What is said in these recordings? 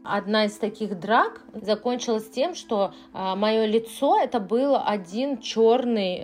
Одна из таких драк закончилась тем, что мое лицо это был один черный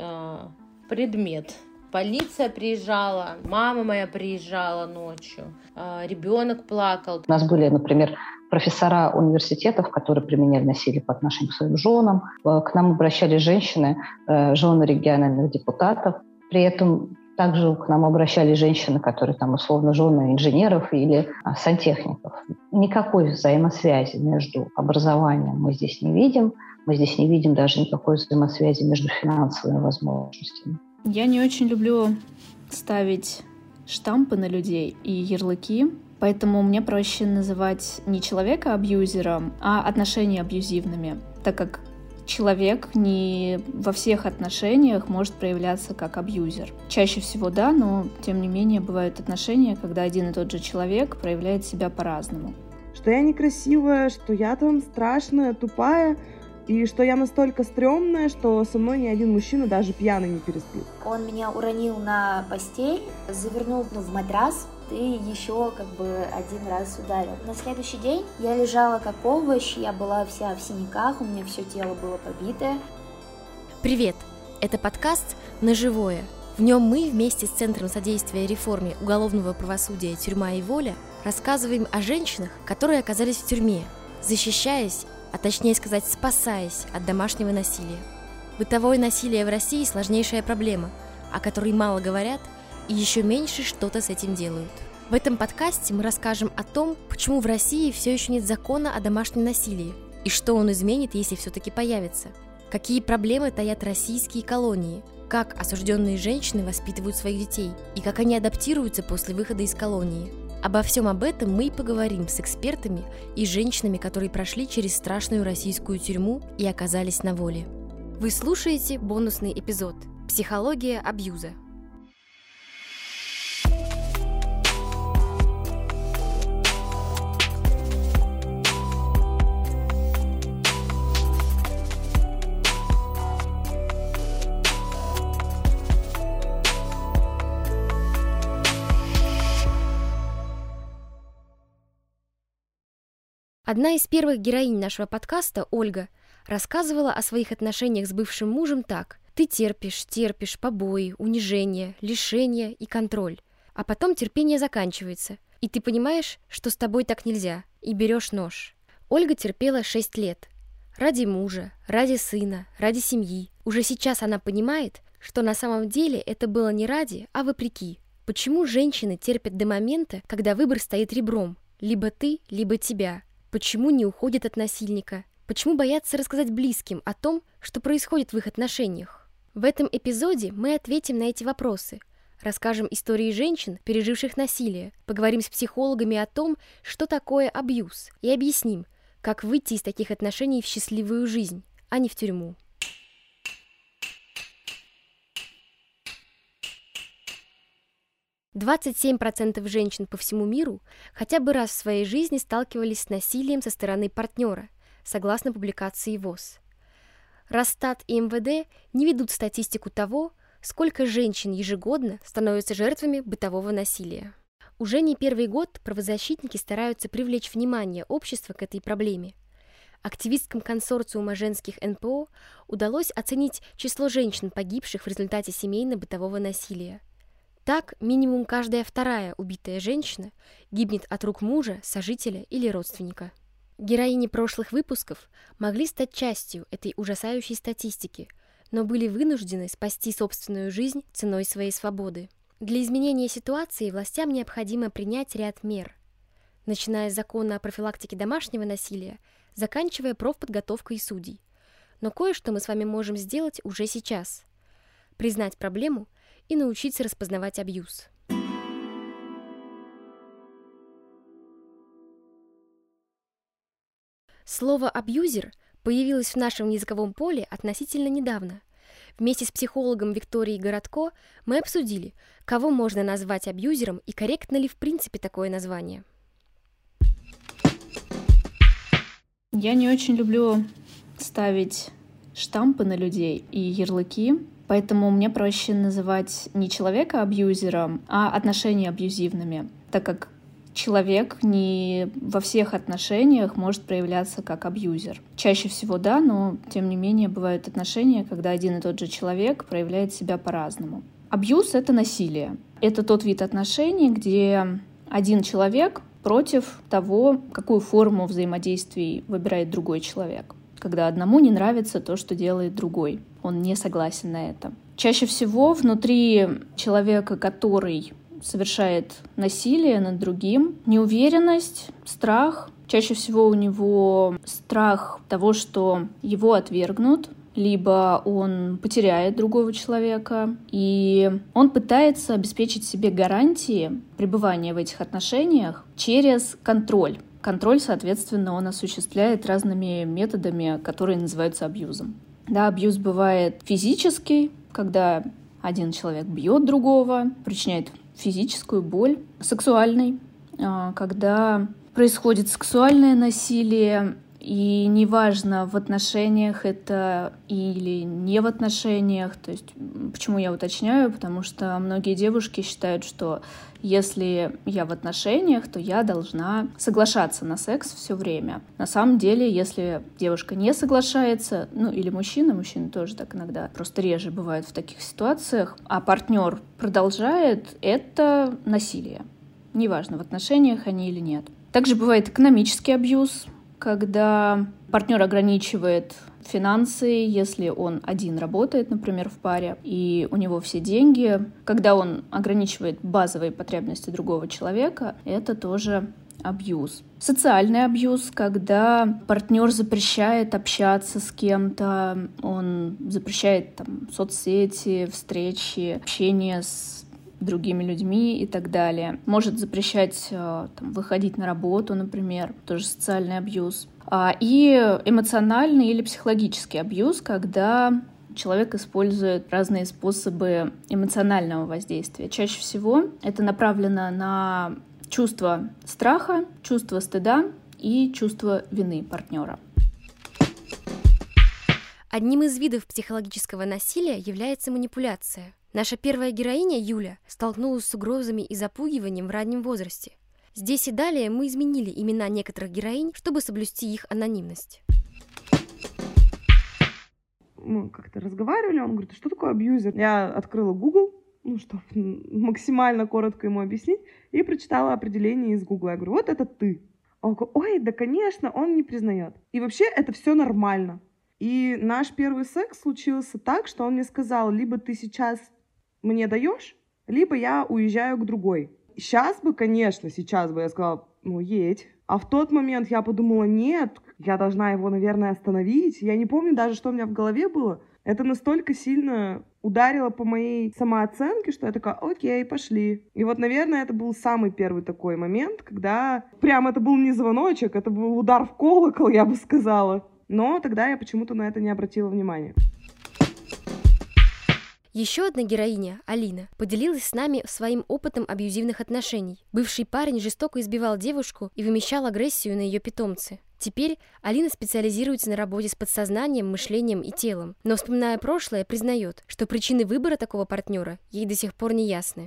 предмет. Полиция приезжала, мама моя приезжала ночью, ребенок плакал. У нас были, например, профессора университетов, которые применяли насилие по отношению к своим женам. К нам обращались женщины, жены региональных депутатов. При этом также к нам обращались женщины, которые там условно жены инженеров или сантехников. Никакой взаимосвязи между образованием мы здесь не видим. Мы здесь не видим даже никакой взаимосвязи между финансовыми возможностями. Я не очень люблю ставить штампы на людей и ярлыки, поэтому мне проще называть не человека абьюзером, а отношения абьюзивными, так как человек не во всех отношениях может проявляться как абьюзер. Чаще всего да, но тем не менее бывают отношения, когда один и тот же человек проявляет себя по-разному. Что я некрасивая, что я там страшная, тупая, и что я настолько стрёмная, что со мной ни один мужчина даже пьяный не переспит. Он меня уронил на постель, завернул в матрас и еще один раз ударил. На следующий день я лежала как овощ, я была вся в синяках, у меня все тело было побитое. Привет! Это подкаст «На живое». В нем мы вместе с Центром содействия реформе уголовного правосудия «Тюрьма и воля» рассказываем о женщинах, которые оказались в тюрьме, защищаясь, а точнее сказать, спасаясь от домашнего насилия. Бытовое насилие в России – сложнейшая проблема, о которой мало говорят и еще меньше что-то с этим делают. В этом подкасте мы расскажем о том, почему в России все еще нет закона о домашнем насилии и что он изменит, если все-таки появится. Какие проблемы таят российские колонии, как осужденные женщины воспитывают своих детей и как они адаптируются после выхода из колонии. Обо всем об этом мы и поговорим с экспертами и женщинами, которые прошли через страшную российскую тюрьму и оказались на воле. Вы слушаете бонусный эпизод «Психология абьюза». Одна из первых героинь нашего подкаста, Ольга, рассказывала о своих отношениях с бывшим мужем так: «Ты терпишь побои, унижения, лишения и контроль, а потом терпение заканчивается, и ты понимаешь, что с тобой так нельзя, и берешь нож». Ольга терпела 6 лет. Ради мужа, ради сына, ради семьи. Уже сейчас она понимает, что на самом деле это было не ради, а вопреки. Почему женщины терпят до момента, когда выбор стоит ребром? Либо ты, либо тебя. Почему не уходят от насильника? Почему боятся рассказать близким о том, что происходит в их отношениях? В этом эпизоде мы ответим на эти вопросы, расскажем истории женщин, переживших насилие, поговорим с психологами о том, что такое абьюз, и объясним, как выйти из таких отношений в счастливую жизнь, а не в тюрьму. – 27% женщин по всему миру хотя бы раз в своей жизни сталкивались с насилием со стороны партнера, согласно публикации ВОЗ. Росстат и МВД не ведут статистику того, сколько женщин ежегодно становятся жертвами бытового насилия. Уже не первый год правозащитники стараются привлечь внимание общества к этой проблеме. Активисткам консорциума женских НПО удалось оценить число женщин, погибших в результате семейно-бытового насилия. Так, минимум каждая вторая убитая женщина гибнет от рук мужа, сожителя или родственника. Героини прошлых выпусков могли стать частью этой ужасающей статистики, но были вынуждены спасти собственную жизнь ценой своей свободы. Для изменения ситуации властям необходимо принять ряд мер, начиная с закона о профилактике домашнего насилия, заканчивая профподготовкой судей. Но кое-что мы с вами можем сделать уже сейчас. Признать проблему и научиться распознавать абьюз. Слово «абьюзер» появилось в нашем языковом поле относительно недавно. Вместе с психологом Викторией Городко мы обсудили, кого можно назвать абьюзером и корректно ли в принципе такое название. Я не очень люблю ставить штампы на людей и ярлыки, поэтому мне проще называть не человека абьюзером, а отношения абьюзивными, так как человек не во всех отношениях может проявляться как абьюзер. Чаще всего да, но тем не менее бывают отношения, когда один и тот же человек проявляет себя по-разному. Абьюз — это насилие. Это тот вид отношений, где один человек против того, какую форму взаимодействий выбирает другой человек. Когда одному не нравится то, что делает другой. Он не согласен на это. Чаще всего внутри человека, который совершает насилие над другим, неуверенность, страх. Чаще всего у него страх того, что его отвергнут, либо он потеряет другого человека, и он пытается обеспечить себе гарантии пребывания в этих отношениях через контроль. Контроль, соответственно, он осуществляет разными методами, которые называются абьюзом. Да, абьюз бывает физический, когда один человек бьет другого, причиняет физическую боль, сексуальный, когда происходит сексуальное насилие, и неважно, в отношениях это или не в отношениях. То есть, почему я уточняю? Потому что многие девушки считают, что если я в отношениях, то я должна соглашаться на секс все время. На самом деле, если девушка не соглашается, или мужчины тоже так иногда, просто реже бывают в таких ситуациях, а партнер продолжает, это насилие. Неважно, в отношениях они или нет. Также бывает экономический абьюз, когда партнер ограничивает финансы, если он один работает, например, в паре, и у него все деньги. Когда он ограничивает базовые потребности другого человека, это тоже абьюз. Социальный абьюз, когда партнер запрещает общаться с кем-то, он запрещает соцсети, встречи, общение с другими людьми и так далее. Может запрещать выходить на работу, например, тоже социальный абьюз. И эмоциональный или психологический абьюз, когда человек использует разные способы эмоционального воздействия. Чаще всего это направлено на чувство страха, чувство стыда и чувство вины партнера. Одним из видов психологического насилия является манипуляция. Наша первая героиня, Юля, столкнулась с угрозами и запугиванием в раннем возрасте. Здесь и далее мы изменили имена некоторых героинь, чтобы соблюсти их анонимность. Мы как-то разговаривали, он говорит, что такое абьюзер? Я открыла Google, чтобы максимально коротко ему объяснить, и прочитала определение из Google. Я говорю, вот это ты. Он говорит, ой, да конечно, он не признает. И вообще это все нормально. И наш первый секс случился так, что он мне сказал, либо ты сейчас мне даешь, либо я уезжаю к другой. Сейчас бы я сказала, едь. А в тот момент я подумала, нет, я должна его, наверное, остановить. Я не помню даже, что у меня в голове было. Это настолько сильно ударило по моей самооценке, что я такая, окей, пошли. И вот, наверное, это был самый первый такой момент, когда прям это был не звоночек, это был удар в колокол, я бы сказала. Но тогда я почему-то на это не обратила внимания. Еще одна героиня, Алина, поделилась с нами своим опытом абьюзивных отношений. Бывший парень жестоко избивал девушку и вымещал агрессию на ее питомце. Теперь Алина специализируется на работе с подсознанием, мышлением и телом. Но, вспоминая прошлое, признает, что причины выбора такого партнера ей до сих пор не ясны.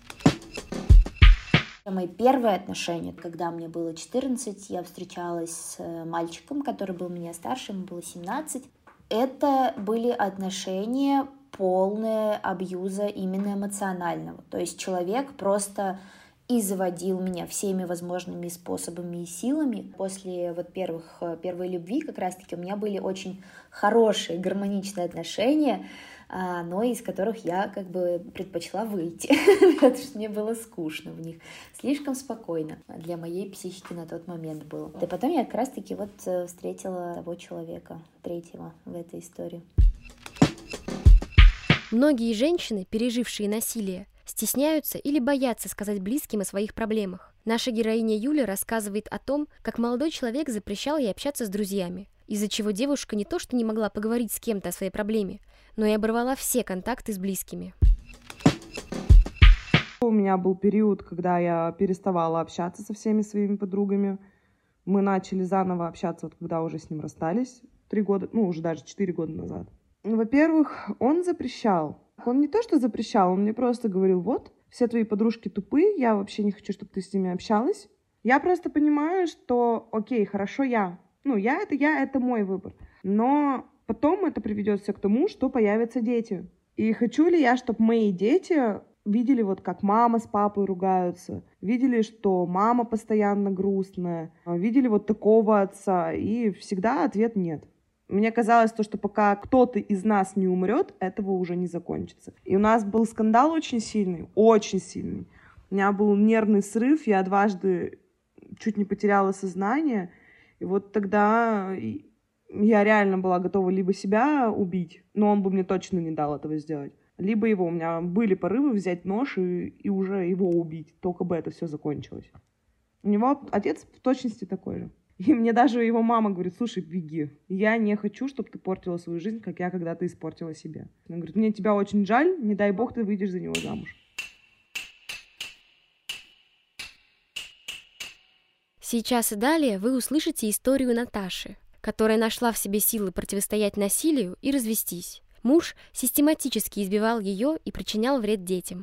Мои первые отношения, когда мне было 14, я встречалась с мальчиком, который был меня старше, ему было 17. Это были отношения полные абьюза именно эмоционального. То есть человек просто изводил меня всеми возможными способами и силами. После первой любви как раз-таки у меня были очень хорошие, гармоничные отношения, но из которых я предпочла выйти, потому что мне было скучно в них. Слишком спокойно для моей психики на тот момент было. И потом я как раз-таки встретила того человека, третьего в этой истории. Многие женщины, пережившие насилие, стесняются или боятся сказать близким о своих проблемах. Наша героиня Юля рассказывает о том, как молодой человек запрещал ей общаться с друзьями, из-за чего девушка не то что не могла поговорить с кем-то о своей проблеме, но и оборвала все контакты с близкими. У меня был период, когда я переставала общаться со всеми своими подругами. Мы начали заново общаться, когда уже с ним расстались 3 года, уже даже 4 года назад. Во-первых, он запрещал. Он не то что запрещал, он мне просто говорил, вот, все твои подружки тупые, я вообще не хочу, чтобы ты с ними общалась. Я просто понимаю, что, окей, хорошо, это мой выбор. Но потом это приведет все к тому, что появятся дети. И хочу ли я, чтобы мои дети видели, вот как мама с папой ругаются, видели, что мама постоянно грустная, видели вот такого отца, и всегда ответ нет. Мне казалось, что пока кто-то из нас не умрет, этого уже не закончится. И у нас был скандал очень сильный. У меня был нервный срыв, я дважды чуть не потеряла сознание. И вот тогда я реально была готова либо себя убить, но он бы мне точно не дал этого сделать, либо его. У меня были порывы взять нож и уже его убить, только бы это все закончилось. У него отец в точности такой же. И мне даже его мама говорит: слушай, беги. Я не хочу, чтобы ты портила свою жизнь, как я когда-то испортила себе. Она говорит: мне тебя очень жаль, не дай бог ты выйдешь за него замуж. Сейчас и далее вы услышите историю Наташи, которая нашла в себе силы противостоять насилию и развестись. Муж систематически избивал ее и причинял вред детям.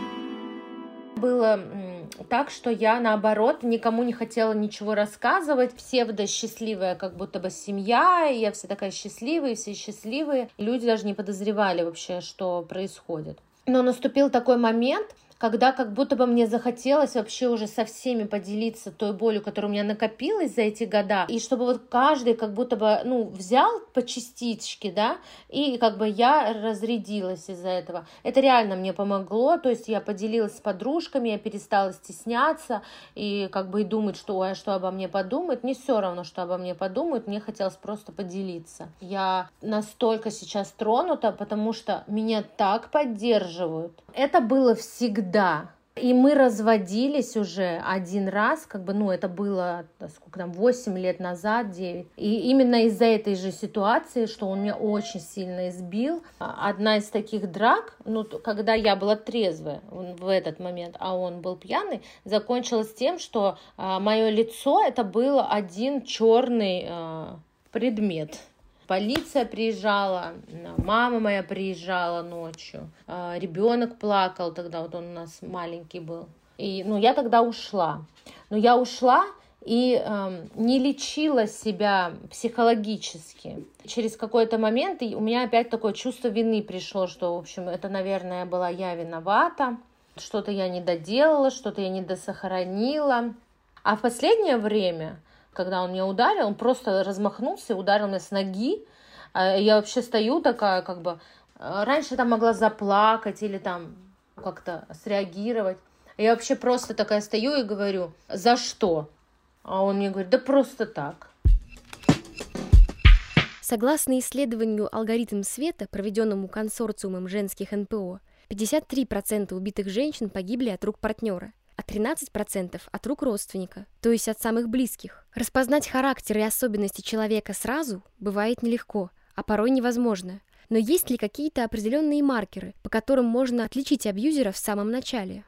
Было так, что я, наоборот, никому не хотела ничего рассказывать. Псевдо-счастливая как будто бы семья, и я вся такая счастливая, и все счастливые. Люди даже не подозревали вообще, что происходит. Но наступил такой момент, когда как будто бы мне захотелось вообще уже со всеми поделиться той болью, которая у меня накопилась за эти года, и чтобы вот каждый как будто бы, взял по частичке, да, и как бы я разрядилась из-за этого. Это реально мне помогло, то есть я поделилась с подружками, я перестала стесняться и как бы и думать, что обо мне подумают. Мне все равно, что обо мне подумают, мне хотелось просто поделиться. Я настолько сейчас тронута, потому что меня так поддерживают. Это было всегда. И мы разводились уже один раз, это было, 8 лет назад, 9. И именно из-за этой же ситуации, что он меня очень сильно избил, одна из таких драк, когда я была трезвая в этот момент, а он был пьяный, закончилась тем, что мое лицо это был один черный предмет. Полиция приезжала, мама моя приезжала ночью, ребенок плакал тогда, вот он у нас маленький был. И, я тогда ушла. Но я ушла и не лечила себя психологически. Через какой-то момент у меня опять такое чувство вины пришло, что, в общем, это, наверное, была я виновата, что-то я не доделала, что-то я не досохранила. А в последнее время, когда он меня ударил, он просто размахнулся, ударил меня с ноги. Я вообще стою такая, раньше там могла заплакать или там как-то среагировать. Я вообще просто такая стою и говорю: за что? А он мне говорит: да просто так. Согласно исследованию «Алгоритм света», проведенному консорциумом женских НПО, 53% убитых женщин погибли от рук партнера, а 13% от рук родственника, то есть от самых близких. Распознать характер и особенности человека сразу бывает нелегко, а порой невозможно. Но есть ли какие-то определенные маркеры, по которым можно отличить абьюзера в самом начале?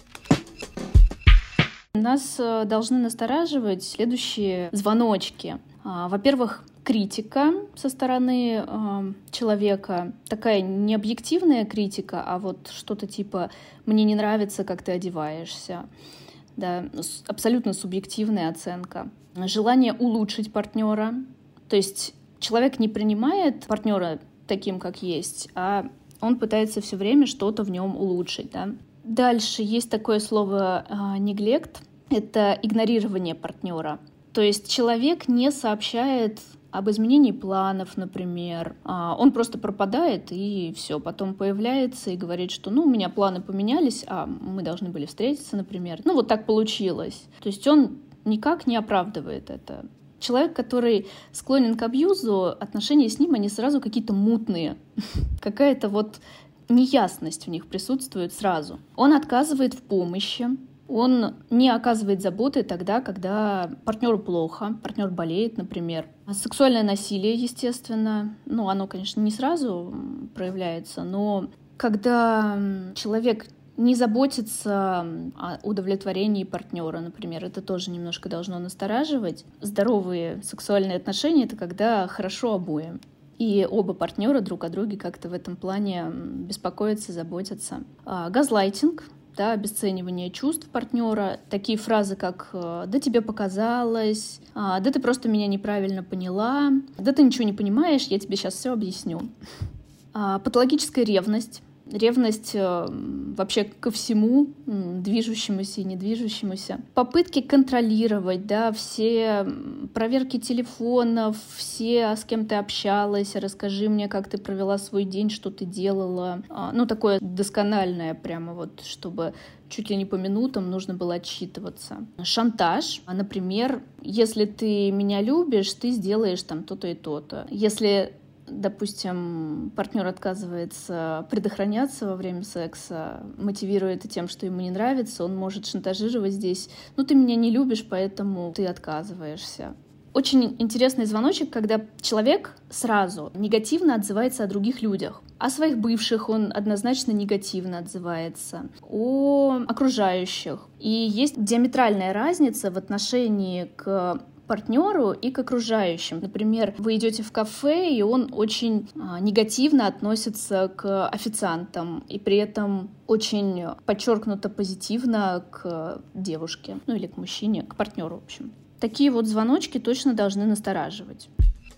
Нас должны настораживать следующие звоночки. Во-первых, критика со стороны человека, такая не объективная критика, а вот что-то типа «мне не нравится, как ты одеваешься», да, абсолютно субъективная оценка. Желание улучшить партнера, то есть человек не принимает партнера таким, как есть, а он пытается все время что-то в нем улучшить, да. Дальше есть такое слово «неглект», это игнорирование партнера. То есть человек не сообщает об изменении планов, например. Он просто пропадает и все. Потом появляется и говорит, что у меня планы поменялись, а мы должны были встретиться, например. Вот так получилось. То есть он никак не оправдывает это. Человек, который склонен к абьюзу, отношения с ним, они сразу какие-то мутные. Какая-то неясность в них присутствует сразу. Он отказывает в помощи. Он не оказывает заботы тогда, когда партнеру плохо, партнер болеет, например. Сексуальное насилие, естественно, оно, конечно, не сразу проявляется, но когда человек не заботится о удовлетворении партнера, например, это тоже немножко должно настораживать. Здоровые сексуальные отношения — это когда хорошо обоим. И оба партнера друг о друге как-то в этом плане беспокоятся, заботятся. Газлайтинг да, обесценивание чувств партнера, такие фразы, как «да тебе показалось», «да ты просто меня неправильно поняла», «да ты ничего не понимаешь, я тебе сейчас все объясню». Патологическая ревность. Ревность вообще ко всему, движущемуся и недвижущемуся. Попытки контролировать, да, все проверки телефонов, все, с кем ты общалась, расскажи мне, как ты провела свой день, что ты делала. Ну, такое доскональное прямо вот, чтобы чуть ли не по минутам нужно было отчитываться. Шантаж. Например, если ты меня любишь, ты сделаешь там то-то и то-то. Если допустим, партнер отказывается предохраняться во время секса, мотивируя это тем, что ему не нравится, он может шантажировать здесь: ну, ты меня не любишь, поэтому ты отказываешься. Очень интересный звоночек, когда человек сразу негативно отзывается о других людях. О своих бывших он однозначно негативно отзывается, о окружающих. И есть диаметральная разница в отношении к партнеру и к окружающим. Например, вы идете в кафе, и он очень негативно относится к официантам, и при этом очень подчеркнуто позитивно к девушке, ну или к мужчине, к партнеру, в общем. Такие вот звоночки точно должны настораживать.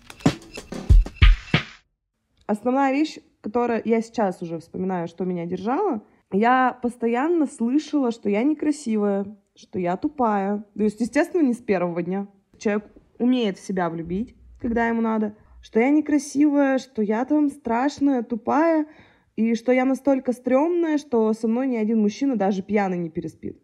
Основная вещь, которую я сейчас уже вспоминаю, что меня держала, я постоянно слышала, что я некрасивая, что я тупая. То есть, естественно, не с первого дня. Человек умеет в себя влюбить, когда ему надо, что я некрасивая, что я там страшная, тупая, и что я настолько стрёмная, что со мной ни один мужчина даже пьяный не переспит.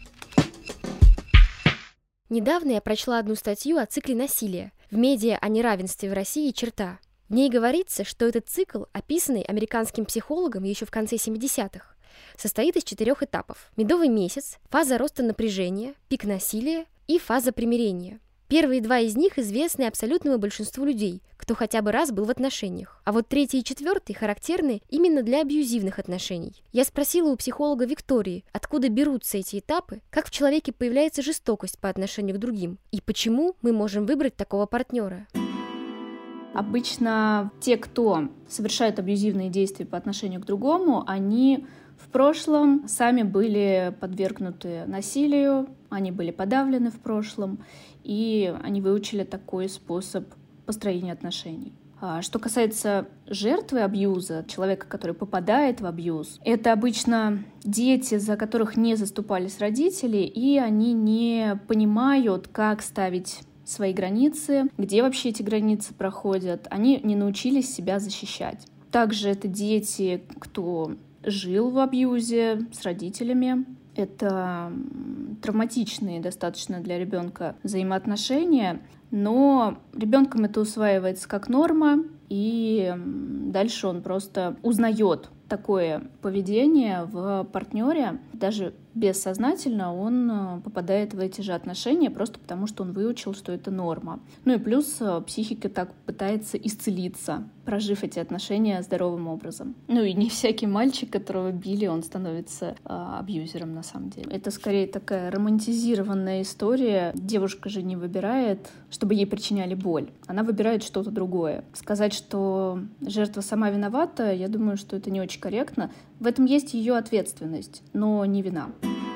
Недавно я прочла одну статью о цикле насилия в медиа о неравенстве в России «Черта». В ней говорится, что этот цикл, описанный американским психологом еще в конце 70-х, состоит из 4 этапов. Медовый месяц, фаза роста напряжения, пик насилия и фаза примирения. Первые 2 из них известны абсолютному большинству людей, кто хотя бы раз был в отношениях. А вот 3 и 4 характерны именно для абьюзивных отношений. Я спросила у психолога Виктории, откуда берутся эти этапы, как в человеке появляется жестокость по отношению к другим, и почему мы можем выбрать такого партнера. Обычно те, кто совершают абьюзивные действия по отношению к другому, они в прошлом сами были подвергнуты насилию, они были подавлены в прошлом, и они выучили такой способ построения отношений. Что касается жертвы абьюза, человека, который попадает в абьюз, это обычно дети, за которых не заступались родители, и они не понимают, как ставить свои границы, где вообще эти границы проходят. Они не научились себя защищать. Также это дети, кто жил в абьюзе с родителями. Это травматичные достаточно для ребенка взаимоотношения, но ребенком это усваивается как норма, и дальше он просто узнает такое поведение в партнере, даже бессознательно он попадает в эти же отношения просто потому, что он выучил, что это норма. Ну и плюс психика так пытается исцелиться, прожив эти отношения здоровым образом. Ну и не всякий мальчик, которого били, он становится абьюзером на самом деле. Это скорее такая романтизированная история. Девушка же не выбирает, чтобы ей причиняли боль. Она выбирает что-то другое. Сказать, что жертва сама виновата, я думаю, что это не очень корректно. В этом есть ее ответственность, но не вина.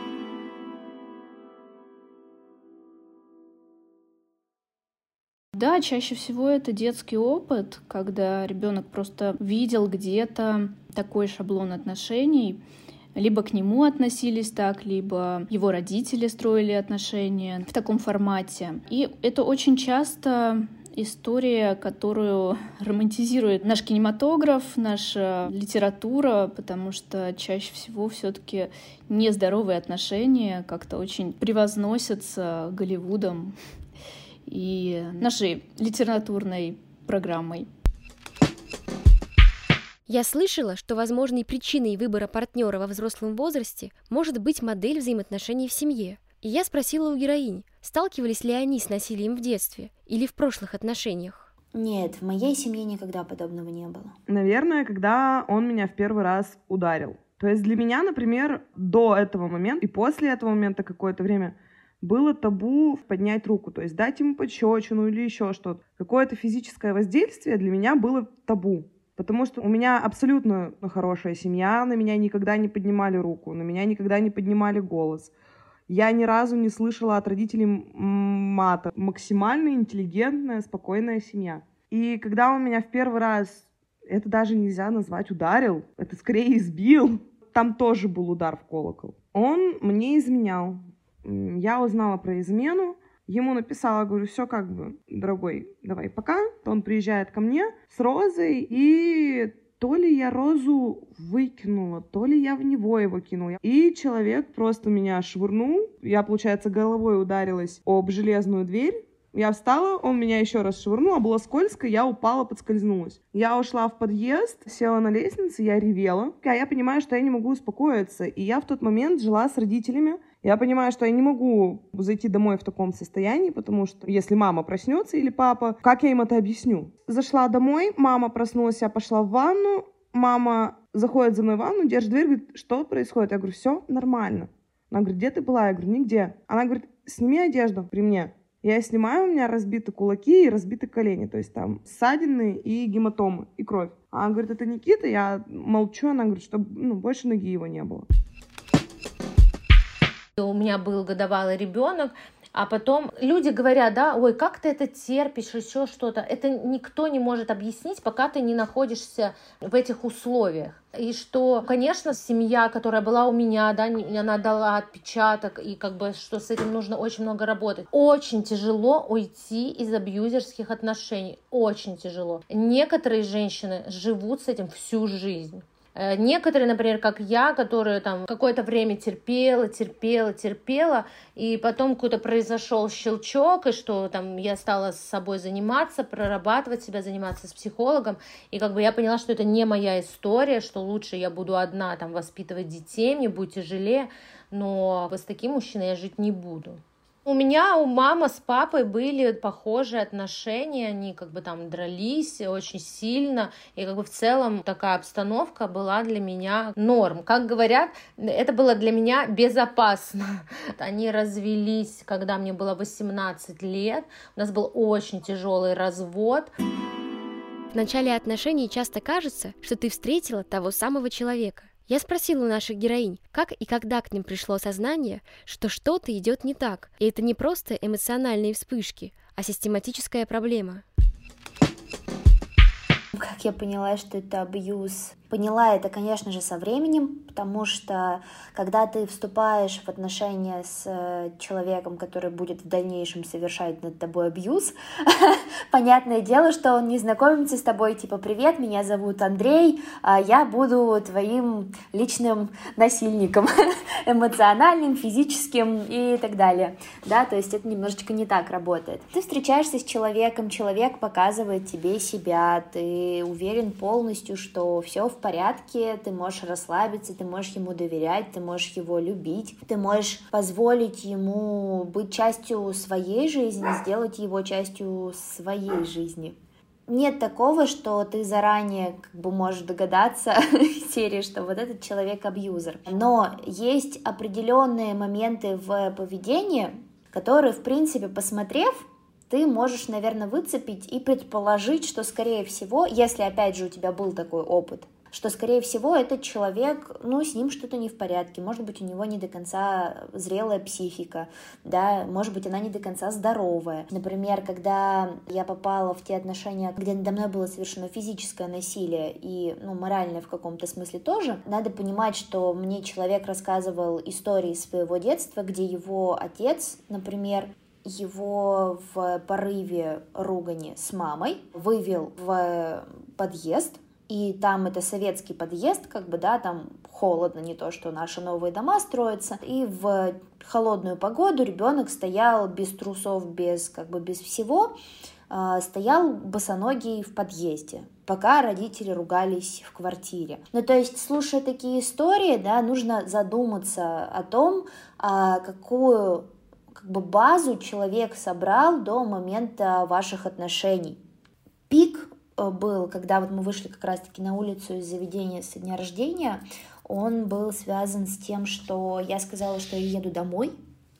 Да, чаще всего это детский опыт, когда ребенок просто видел где-то такой шаблон отношений, либо к нему относились так, либо его родители строили отношения в таком формате. И это очень часто история, которую романтизирует наш кинематограф, наша литература, потому что чаще всего все-таки нездоровые отношения как-то очень превозносятся Голливудом и нашей литературной программой. Я слышала, что возможной причиной выбора партнера во взрослом возрасте может быть модель взаимоотношений в семье. И я спросила у героинь, сталкивались ли они с насилием в детстве или в прошлых отношениях. Нет, в моей семье никогда подобного не было. Наверное, когда он меня в первый раз ударил. То есть для меня, например, до этого момента и после этого момента какое-то время было табу поднять руку, то есть дать ему пощечину или еще что-то. Какое-то физическое воздействие для меня было табу. Потому что у меня абсолютно хорошая семья, на меня никогда не поднимали руку, на меня никогда не поднимали голос. Я ни разу не слышала от родителей мата. Максимально интеллигентная, спокойная семья. И когда он меня в первый раз, это даже нельзя назвать ударил, это скорее избил, там тоже был удар в колокол. Он мне изменял. Я узнала про измену, ему написала, говорю, все как бы, дорогой, давай пока. То он приезжает ко мне с розой, и то ли я розу выкинула, то ли я в него его кинула. И человек просто меня швырнул. Я, получается, головой ударилась об железную дверь. Я встала, он меня еще раз швырнул, а было скользко, я упала, подскользнулась. Я ушла в подъезд, села на лестнице, я ревела. А я понимаю, что я не могу успокоиться. И я в тот момент жила с родителями. Я понимаю, что я не могу зайти домой в таком состоянии, потому что если мама проснется или папа, как я им это объясню? Зашла домой, мама проснулась, я пошла в ванну, мама заходит за мной в ванну, держит дверь, говорит, что происходит? Я говорю, все нормально. Она говорит, где ты была? Я говорю, нигде. Она говорит, сними одежду при мне. Я снимаю, у меня разбиты кулаки и разбиты колени, то есть там ссадины и гематомы, и кровь. Она говорит, это Никита, я молчу, она говорит, что больше ноги его не было. У меня был годовалый ребенок, а потом люди говорят, да, ой, как ты это терпишь, еще что-то. Это никто не может объяснить, пока ты не находишься в этих условиях. И что, конечно, семья, которая была у меня, да, она дала отпечаток, и как бы, что с этим нужно очень много работать. Очень тяжело уйти из абьюзерских отношений, очень тяжело. Некоторые женщины живут с этим всю жизнь. Некоторые, например, как я, которые там какое-то время терпела, и потом какой-то произошел щелчок, и что там я стала с собой заниматься, прорабатывать себя, заниматься с психологом, и как бы я поняла, что это не моя история, что лучше я буду одна там воспитывать детей, мне будет тяжелее, но с таким мужчиной я жить не буду. У меня, у мамы с папой были похожие отношения, они как бы там дрались очень сильно, и как бы в целом такая обстановка была для меня норм. Как говорят, это было для меня безопасно. Они развелись, когда мне было 18 лет, у нас был очень тяжелый развод. В начале отношений часто кажется, что ты встретила того самого человека. Я спросила у наших героинь, как и когда к ним пришло осознание, что что-то идет не так, и это не просто эмоциональные вспышки, а систематическая проблема. Как я поняла, что это абьюз? Поняла это, конечно же, со временем, потому что когда ты вступаешь в отношения с человеком, который будет в дальнейшем совершать над тобой абьюз, понятное дело, что он не знакомится с тобой, типа, привет, меня зовут Андрей, я буду твоим личным насильником, эмоциональным, физическим и так далее. Да, то есть это немножечко не так работает. Ты встречаешься с человеком, человек показывает тебе себя, ты уверен полностью, что все в порядке, ты можешь расслабиться, ты можешь ему доверять, ты можешь его любить, ты можешь позволить ему быть частью своей жизни, сделать его частью своей жизни. Нет такого, что ты заранее как бы можешь догадаться в серии, что вот этот человек абьюзер. Но есть определенные моменты в поведении, которые, в принципе, посмотрев, ты можешь, наверное, выцепить и предположить, что, скорее всего, если, опять же, у тебя был такой опыт, что, скорее всего, этот человек, с ним что-то не в порядке, может быть, у него не до конца зрелая психика, да, может быть, она не до конца здоровая. Например, когда я попала в те отношения, где надо мной было совершено физическое насилие и, моральное в каком-то смысле тоже, надо понимать, что мне человек рассказывал истории своего детства, где его отец, например, его в порыве ругани с мамой вывел в подъезд, и там это советский подъезд, там холодно, не то, что наши новые дома строятся, и в холодную погоду ребенок стоял без трусов, без всего, стоял босоногий в подъезде, пока родители ругались в квартире. То есть, слушая такие истории, да, нужно задуматься о том, какую базу человек собрал до момента ваших отношений. Пик был, когда мы вышли как раз-таки на улицу из заведения со дня рождения, он был связан с тем, что я сказала, что я еду домой,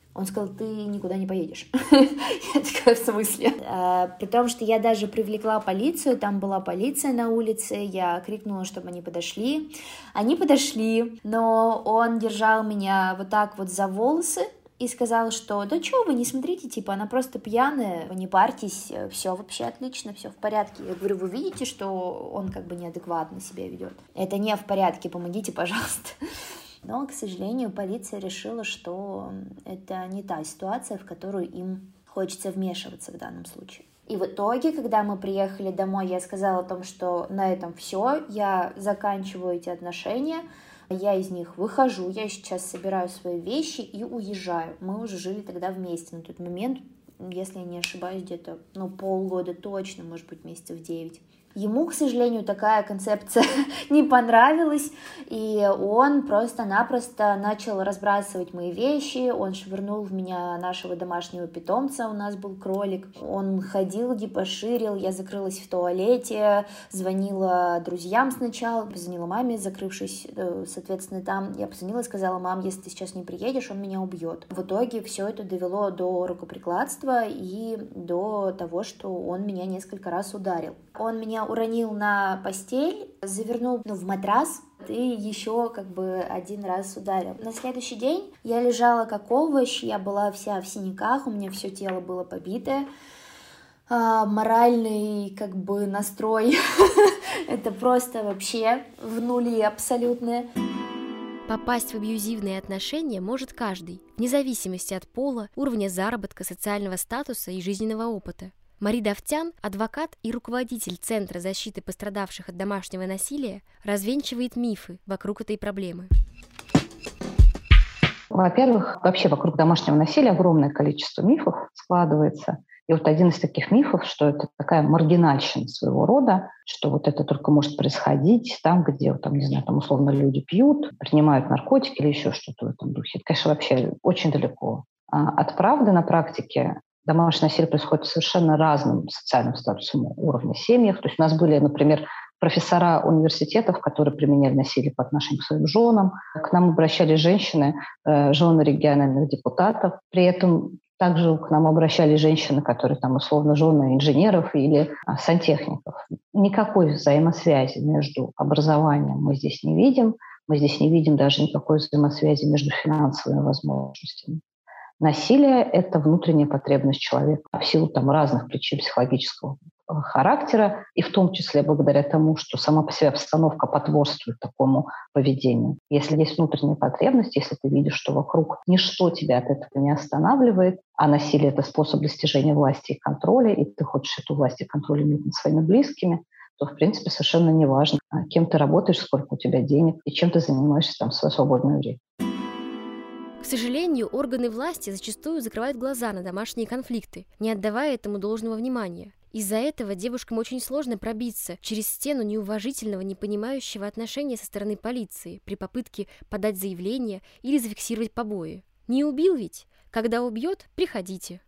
Он сказал, ты никуда не поедешь. Я такая, в смысле? При том, что я даже привлекла полицию, там была полиция на улице, я крикнула, чтобы они подошли. Они подошли, но он держал меня вот так вот за волосы и сказал, что да чё вы, не смотрите, типа, она просто пьяная, вы не парьтесь, все вообще отлично, все в порядке. Я говорю, вы видите, что он как бы неадекватно себя ведет? Это не в порядке, помогите, пожалуйста. Но, к сожалению, полиция решила, что это не та ситуация, в которую им хочется вмешиваться в данном случае. И в итоге, когда мы приехали домой, я сказала о том, что на этом все, я заканчиваю эти отношения, я из них выхожу, я сейчас собираю свои вещи и уезжаю. Мы уже жили тогда вместе на тот момент, если я не ошибаюсь, где-то полгода точно, может быть, месяцев 9. Ему, к сожалению, такая концепция не понравилась, и он просто-напросто начал разбрасывать мои вещи, он швырнул в меня нашего домашнего питомца, у нас был кролик, он ходил, дебоширил, я закрылась в туалете, звонила друзьям сначала, позвонила маме, закрывшись, соответственно, там, я позвонила и сказала, мам, если ты сейчас не приедешь, он меня убьет. В итоге все это довело до рукоприкладства и до того, что он меня несколько раз ударил. Он меня уронил на постель, завернул в матрас и еще как бы один раз ударил. На следующий день я лежала как овощ, я была вся в синяках, у меня все тело было побитое. Моральный как бы настрой, это просто вообще в нуле абсолютно. Попасть в абьюзивные отношения может каждый, вне зависимости от пола, уровня заработка, социального статуса и жизненного опыта. Мари Давтян, адвокат и руководитель Центра защиты пострадавших от домашнего насилия, развенчивает мифы вокруг этой проблемы. Во-первых, вообще вокруг домашнего насилия огромное количество мифов складывается. И вот один из таких мифов, что это такая маргинальщина своего рода, что вот это только может происходить там, где, не знаю, там условно люди пьют, принимают наркотики или еще что-то в этом духе. Это, конечно, вообще очень далеко от правды на практике. Домашнее насилие происходит в совершенно разным социальным статусом уровня семьях. То есть у нас были, например, профессора университетов, которые применяли насилие по отношению к своим женам. К нам обращались женщины, жены региональных депутатов. При этом также к нам обращались женщины, которые условно жены инженеров или сантехников. Никакой взаимосвязи между образованием мы здесь не видим. Мы здесь не видим даже никакой взаимосвязи между финансовыми возможностями. Насилие – это внутренняя потребность человека в силу разных причин психологического характера, и в том числе благодаря тому, что сама по себе обстановка потворствует такому поведению. Если есть внутренняя потребность, если ты видишь, что вокруг ничто тебя от этого не останавливает, а насилие – это способ достижения власти и контроля, и ты хочешь эту власть и контроль иметь над своими близкими, то, в принципе, совершенно неважно, кем ты работаешь, сколько у тебя денег и чем ты занимаешься в свое свободное время. К сожалению, органы власти зачастую закрывают глаза на домашние конфликты, не отдавая этому должного внимания. Из-за этого девушкам очень сложно пробиться через стену неуважительного, непонимающего отношения со стороны полиции при попытке подать заявление или зафиксировать побои. Не убил ведь? Когда убьет, приходите.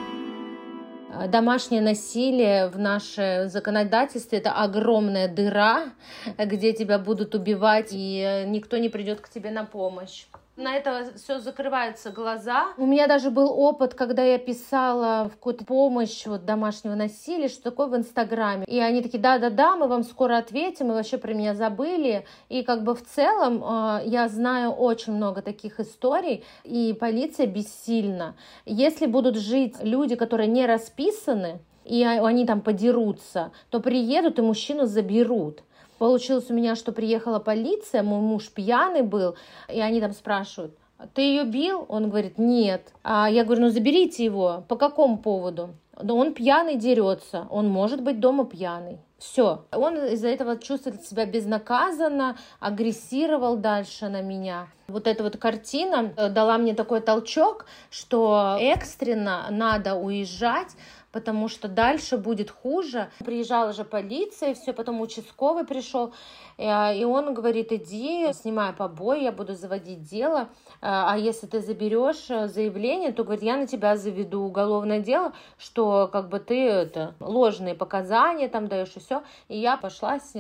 Домашнее насилие в нашем законодательстве – это огромная дыра, где тебя будут убивать, и никто не придет к тебе на помощь. На это все закрываются глаза. У меня даже был опыт, когда я писала в какую-то помощь домашнего насилия, что такое в Инстаграме. И они такие, да, мы вам скоро ответим, и вообще про меня забыли. И в целом я знаю очень много таких историй, и полиция бессильна. Если будут жить люди, которые не расписаны, и они подерутся, то приедут и мужчину заберут. Получилось у меня, что приехала полиция, мой муж пьяный был, и они спрашивают, ты ее бил? Он говорит, нет. А я говорю, заберите его. По какому поводу? Да он пьяный дерется, он может быть дома пьяный. Все. Он из-за этого чувствует себя безнаказанно, агрессировал дальше на меня. Вот эта картина дала мне такой толчок, что экстренно надо уезжать, потому что дальше будет хуже. Приезжала же полиция, все, потом участковый пришел, и он говорит, иди, снимай побои, я буду заводить дело, а если ты заберешь заявление, то, говорит, я на тебя заведу уголовное дело, что ты ложные показания даешь, и все. И я пошла, сняла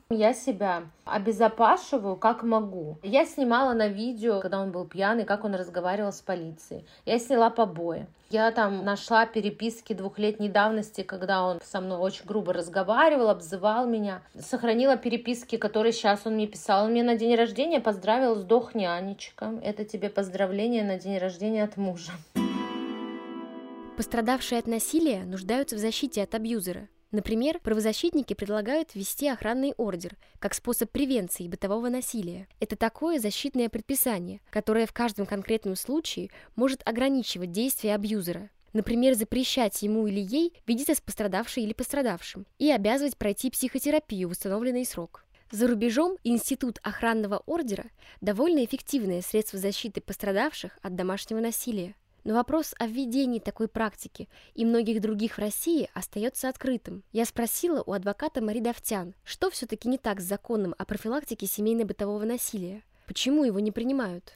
Я себя обезопашиваю как могу. Я снимала на видео, когда он был пьяный, как он разговаривал с полицией. Я сняла побои. Я там нашла переписки 2-летней давности, когда он со мной очень грубо разговаривал, обзывал меня. Сохранила переписки, которые сейчас он мне писал. Он мне на день рождения поздравил: «Сдохни, Анечка. Это тебе поздравление на день рождения от мужа». Пострадавшие от насилия нуждаются в защите от абьюзера. Например, правозащитники предлагают ввести охранный ордер как способ превенции бытового насилия. Это такое защитное предписание, которое в каждом конкретном случае может ограничивать действия абьюзера. Например, запрещать ему или ей видеться с пострадавшей или пострадавшим и обязывать пройти психотерапию в установленный срок. За рубежом институт охранного ордера – довольно эффективное средство защиты пострадавших от домашнего насилия. Но вопрос о введении такой практики и многих других в России остается открытым. Я спросила у адвоката Мари Давтян, что все-таки не так с законом о профилактике семейно-бытового насилия, почему его не принимают.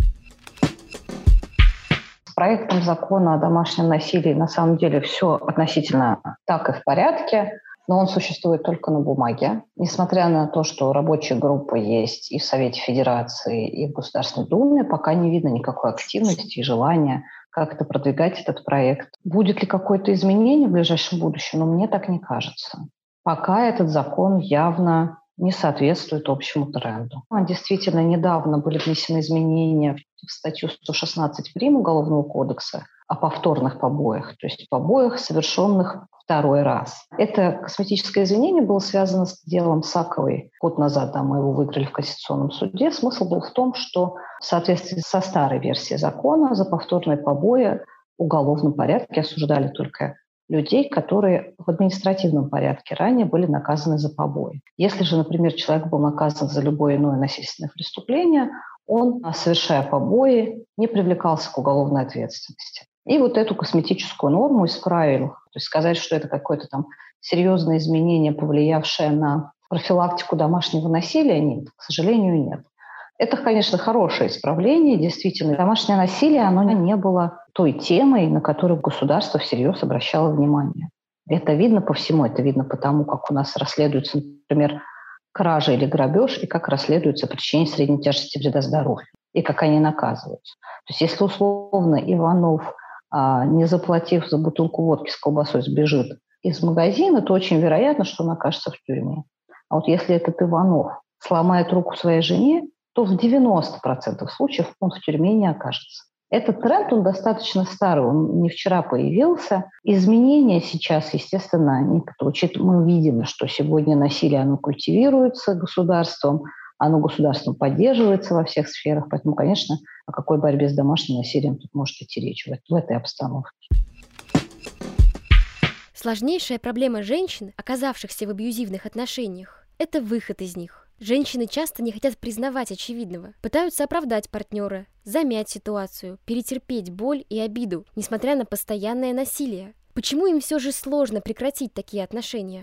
С проектом закона о домашнем насилии на самом деле все относительно так и в порядке, но он существует только на бумаге. Несмотря на то, что рабочая группа есть и в Совете Федерации, и в Государственной Думе, пока не видно никакой активности и желания как-то продвигать этот проект. Будет ли какое-то изменение в ближайшем будущем? Но мне так не кажется. Пока этот закон явно не соответствует общему тренду. Действительно, недавно были внесены изменения в статью 116 прим. Уголовного кодекса о повторных побоях, то есть побоях, совершенных второй раз. Это косметическое извинение было связано с делом Саковой. Год назад мы его выиграли в Конституционном суде. Смысл был в том, что в соответствии со старой версией закона за повторные побои в уголовном порядке осуждали только людей, которые в административном порядке ранее были наказаны за побои. Если же, например, человек был наказан за любое иное насильственное преступление, он, совершая побои, не привлекался к уголовной ответственности. И вот эту косметическую норму исправил. То есть сказать, что это какое-то там серьезное изменение, повлиявшее на профилактику домашнего насилия, нет, к сожалению, нет. Это, конечно, хорошее исправление. Действительно, домашнее насилие, оно не было той темой, на которую государство всерьез обращало внимание. Это видно по всему. Это видно по тому, как у нас расследуется, например, кража или грабеж, и как расследуется причинение средней тяжести вреда здоровью, и как они наказываются. То есть если условно Иванов, не заплатив за бутылку водки с колбасой, сбежит из магазина, то очень вероятно, что он окажется в тюрьме. А вот если этот Иванов сломает руку своей жене, то в 90% случаев он в тюрьме не окажется. Этот тренд, он достаточно старый, он не вчера появился. Изменения сейчас, естественно, мы видим, что сегодня насилие, оно культивируется государством, оно государством поддерживается во всех сферах, поэтому, конечно, о какой борьбе с домашним насилием тут может идти речь в этой обстановке. Сложнейшая проблема женщин, оказавшихся в абьюзивных отношениях, это выход из них. Женщины часто не хотят признавать очевидного, пытаются оправдать партнера, замять ситуацию, перетерпеть боль и обиду, несмотря на постоянное насилие. Почему им все же сложно прекратить такие отношения?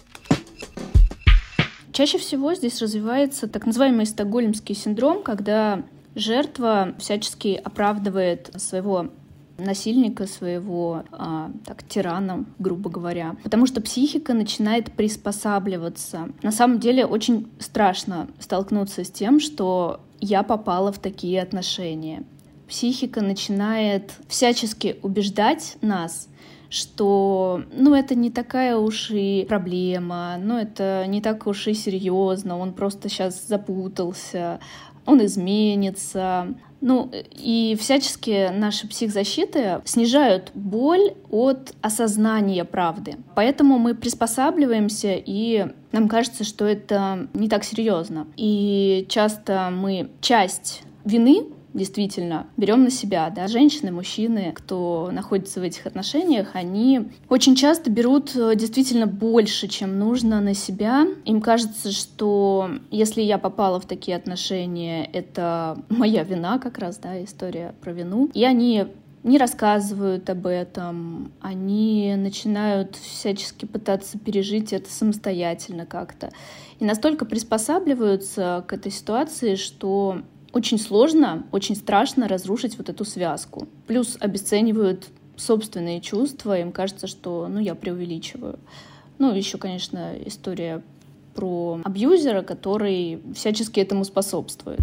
Чаще всего здесь развивается так называемый стокгольмский синдром, когда жертва всячески оправдывает своего насильника, своего тирана, грубо говоря. Потому что психика начинает приспосабливаться. На самом деле очень страшно столкнуться с тем, что я попала в такие отношения. Психика начинает всячески убеждать нас, что это не такая уж и проблема, это не так уж и серьезно, он просто сейчас запутался, он изменится. И всячески наши психзащиты снижают боль от осознания правды. Поэтому мы приспосабливаемся, и нам кажется, что это не так серьезно. И часто мы часть вины действительно берем на себя, да, женщины, мужчины, кто находится в этих отношениях, они очень часто берут действительно больше, чем нужно, на себя. Им кажется, что если я попала в такие отношения, это моя вина как раз, да, история про вину. И они не рассказывают об этом, они начинают всячески пытаться пережить это самостоятельно как-то. И настолько приспосабливаются к этой ситуации, что очень сложно, очень страшно разрушить вот эту связку. Плюс обесценивают собственные чувства, им кажется, что я преувеличиваю. Еще, конечно, история про абьюзера, который всячески этому способствует.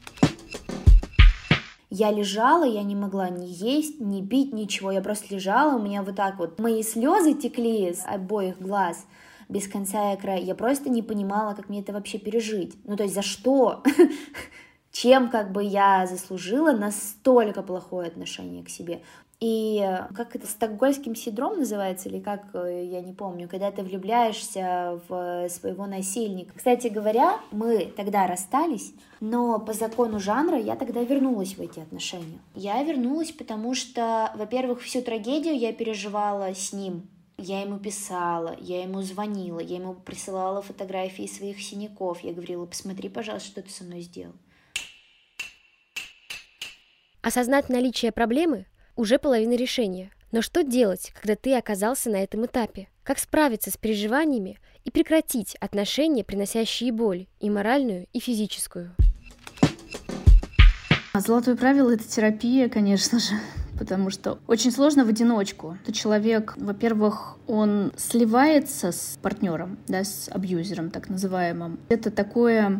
Я лежала, я не могла ни есть, ни пить, ничего. Я просто лежала, у меня вот так вот мои слезы текли с обоих глаз без конца и края. Я просто не понимала, как мне это вообще пережить. Ну, то есть за что? Чем как бы я заслужила настолько плохое отношение к себе? И как это, стокгольмский синдром называется, или как, я не помню, когда ты влюбляешься в своего насильника. Кстати говоря, мы тогда расстались, но по закону жанра я тогда вернулась в эти отношения. Я вернулась, потому что, во-первых, всю трагедию я переживала с ним. Я ему писала, я ему звонила, я ему присылала фотографии своих синяков. Я говорила: посмотри, пожалуйста, что ты со мной сделал. Осознать наличие проблемы уже половина решения. Но что делать, когда ты оказался на этом этапе? Как справиться с переживаниями и прекратить отношения, приносящие боль, и моральную, и физическую? Золотое правило — это терапия, конечно же, потому что очень сложно в одиночку. Человек, во-первых, он сливается с партнером, да, с абьюзером так называемым. Это такое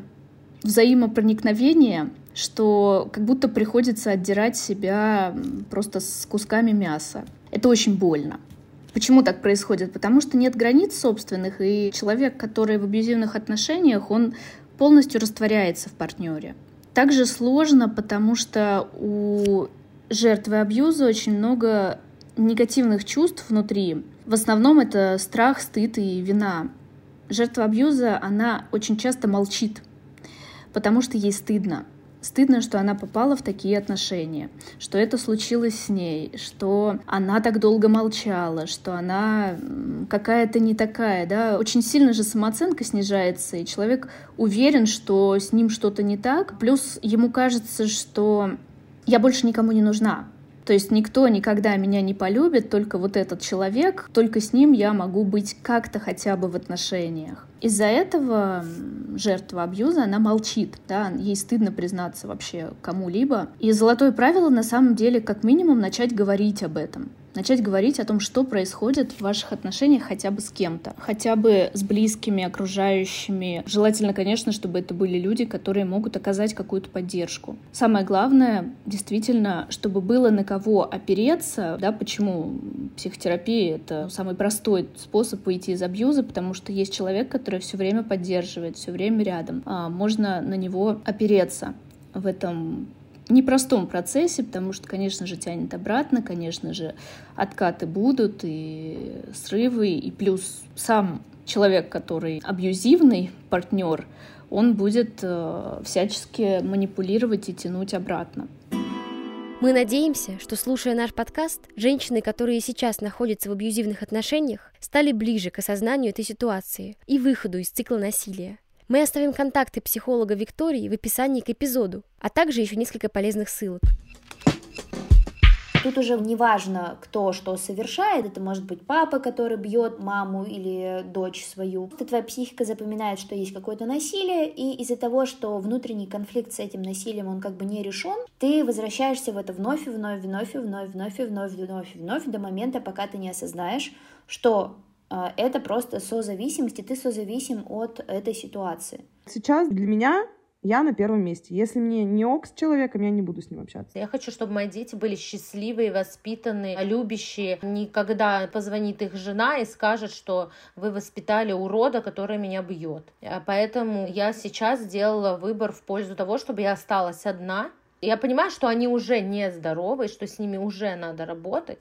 взаимопроникновение, что как будто приходится отдирать себя просто с кусками мяса. Это очень больно. Почему так происходит? Потому что нет границ собственных, и человек, который в абьюзивных отношениях, он полностью растворяется в партнере. Также сложно, потому что у жертвы абьюза очень много негативных чувств внутри. В основном это страх, стыд и вина. Жертва абьюза, она очень часто молчит, потому что ей стыдно. Стыдно, что она попала в такие отношения, что это случилось с ней, что она так долго молчала, что она какая-то не такая, да. Очень сильно же самооценка снижается, и человек уверен, что с ним что-то не так. Плюс ему кажется, что я больше никому не нужна. То есть никто никогда меня не полюбит, только вот этот человек, только с ним я могу быть как-то хотя бы в отношениях. Из-за этого жертва абьюза, она молчит, да, ей стыдно признаться вообще кому-либо. И золотое правило, на самом деле, как минимум, начать говорить об этом. Начать говорить о том, что происходит в ваших отношениях хотя бы с кем-то, хотя бы с близкими, окружающими. Желательно, конечно, чтобы это были люди, которые могут оказать какую-то поддержку. Самое главное, действительно, чтобы было на кого опереться. Да, почему психотерапия — это самый простой способ выйти из абьюза, потому что есть человек, который все время поддерживает, все время рядом. Можно на него опереться в этом непростом процессе, потому что, конечно же, тянет обратно, конечно же, откаты будут, и срывы, и плюс сам человек, который абьюзивный партнер, он будет всячески манипулировать и тянуть обратно. Мы надеемся, что, слушая наш подкаст, женщины, которые сейчас находятся в абьюзивных отношениях, стали ближе к осознанию этой ситуации и выходу из цикла насилия. Мы оставим контакты психолога Виктории в описании к эпизоду, а также еще несколько полезных ссылок. Тут уже не важно, кто что совершает. Это может быть папа, который бьет маму или дочь свою. Твоя психика запоминает, что есть какое-то насилие, и из-за того, что внутренний конфликт с этим насилием, он как бы не решен, ты возвращаешься в это вновь и вновь, вновь и вновь, вновь и вновь, вновь и вновь до момента, пока ты не осознаешь, что это просто созависимость, и ты созависим от этой ситуации. Сейчас для меня я на первом месте. Если мне не ок с человеком, я не буду с ним общаться. Я хочу, чтобы мои дети были счастливые, воспитанные, любящие. Никогда позвонит их жена и скажет, что вы воспитали урода, который меня бьет. Поэтому я сейчас сделала выбор в пользу того, чтобы я осталась одна. Я понимаю, что они уже нездоровы, что с ними уже надо работать.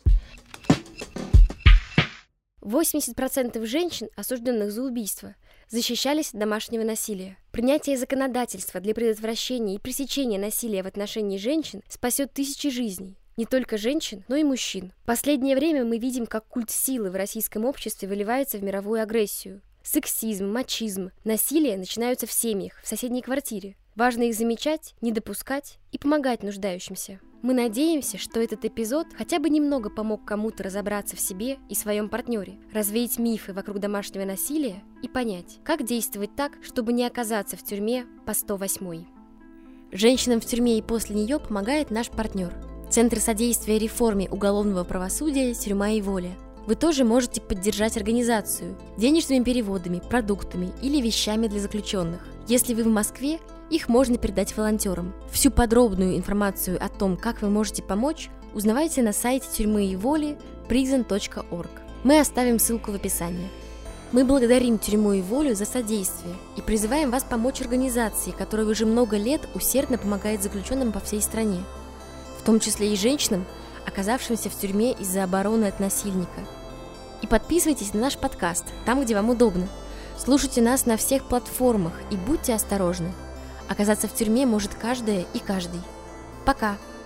80% женщин, осужденных за убийство, защищались от домашнего насилия. Принятие законодательства для предотвращения и пресечения насилия в отношении женщин спасет тысячи жизней. Не только женщин, но и мужчин. В последнее время мы видим, как культ силы в российском обществе выливается в мировую агрессию. Сексизм, мачизм, насилие начинаются в семьях, в соседней квартире. Важно их замечать, не допускать и помогать нуждающимся. Мы надеемся, что этот эпизод хотя бы немного помог кому-то разобраться в себе и своем партнере, развеять мифы вокруг домашнего насилия и понять, как действовать так, чтобы не оказаться в тюрьме по 108-й. Женщинам в тюрьме и после нее помогает наш партнер – Центр содействия реформе уголовного правосудия «Тюрьма и воля». Вы тоже можете поддержать организацию денежными переводами, продуктами или вещами для заключенных. Если вы в Москве, их можно передать волонтерам. Всю подробную информацию о том, как вы можете помочь, узнавайте на сайте тюрьмы и воли prison.org. Мы оставим ссылку в описании. Мы благодарим Тюрьму и волю за содействие и призываем вас помочь организации, которая уже много лет усердно помогает заключенным по всей стране, в том числе и женщинам, оказавшимся в тюрьме из-за обороны от насильника. И подписывайтесь на наш подкаст там, где вам удобно. Слушайте нас на всех платформах и будьте осторожны. Оказаться в тюрьме может каждая и каждый. Пока!